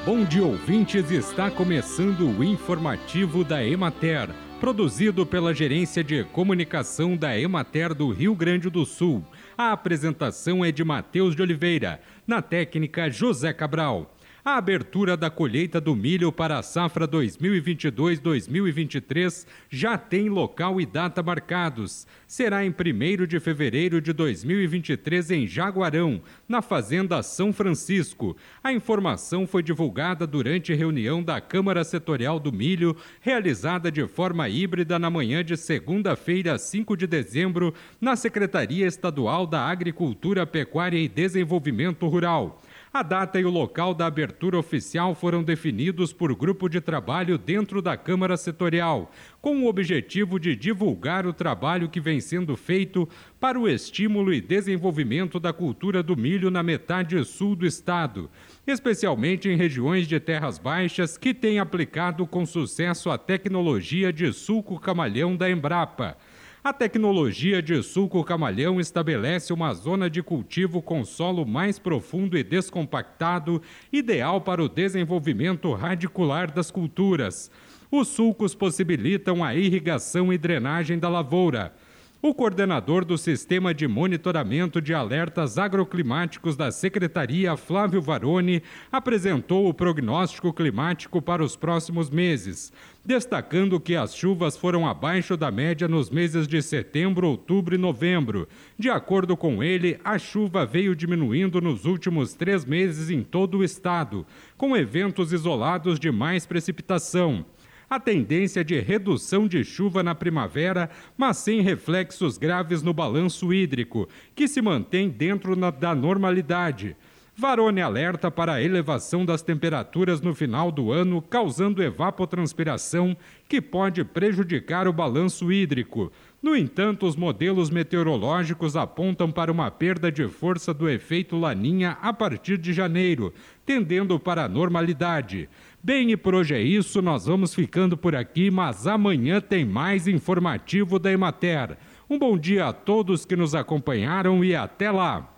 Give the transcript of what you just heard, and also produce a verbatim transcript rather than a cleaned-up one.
Bom dia, ouvintes, está começando o informativo da Emater, produzido pela Gerência de Comunicação da Emater do Rio Grande do Sul. A apresentação é de Matheus de Oliveira, na técnica José Cabral. A abertura da colheita do milho para a safra dois mil e vinte e dois, dois mil e vinte e três já tem local e data marcados. Será em primeiro de fevereiro de dois mil e vinte e três em Jaguarão, na Fazenda São Francisco. A informação foi divulgada durante reunião da Câmara Setorial do Milho, realizada de forma híbrida na manhã de segunda-feira, cinco de dezembro, na Secretaria Estadual da Agricultura, Pecuária e Desenvolvimento Rural. A data e o local da abertura oficial foram definidos por grupo de trabalho dentro da Câmara Setorial, com o objetivo de divulgar o trabalho que vem sendo feito para o estímulo e desenvolvimento da cultura do milho na metade sul do estado, especialmente em regiões de terras baixas que têm aplicado com sucesso a tecnologia de sulco camalhão da Embrapa. A tecnologia de sulco camalhão estabelece uma zona de cultivo com solo mais profundo e descompactado, ideal para o desenvolvimento radicular das culturas. Os sulcos possibilitam a irrigação e drenagem da lavoura. O coordenador do Sistema de Monitoramento de Alertas Agroclimáticos da Secretaria, Flávio Varoni, apresentou o prognóstico climático para os próximos meses, destacando que as chuvas foram abaixo da média nos meses de setembro, outubro e novembro. De acordo com ele, a chuva veio diminuindo nos últimos três meses em todo o estado, com eventos isolados de mais precipitação. A tendência de redução de chuva na primavera, mas sem reflexos graves no balanço hídrico, que se mantém dentro na, da normalidade. Varoni alerta para a elevação das temperaturas no final do ano, causando evapotranspiração, que pode prejudicar o balanço hídrico. No entanto, os modelos meteorológicos apontam para uma perda de força do efeito Laninha a partir de janeiro, tendendo para a normalidade. Bem, e por hoje é isso, nós vamos ficando por aqui, mas amanhã tem mais informativo da Emater. Um bom dia a todos que nos acompanharam e até lá!